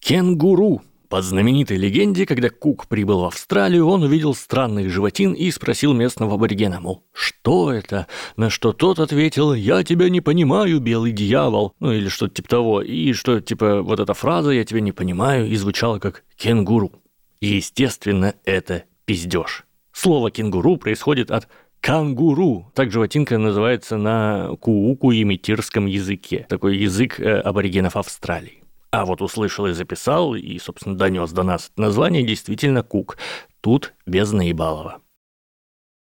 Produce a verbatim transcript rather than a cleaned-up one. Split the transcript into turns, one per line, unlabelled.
Кенгуру. По знаменитой легенде, когда Кук прибыл в Австралию, он увидел странных животин и спросил местного аборигена, мол, что это? На что тот ответил: «Я тебя не понимаю, белый дьявол», ну или что-то типа того, и что типа вот эта фраза «я тебя не понимаю» и звучала как «кенгуру». И, естественно, это пиздеж. Слово «кенгуру» происходит от кангуру. Так животинка называется на кууку-емитирском языке. Такой язык э, аборигенов Австралии. А вот услышал и записал, и, собственно, донес до нас название действительно Кук. Тут без наебалова.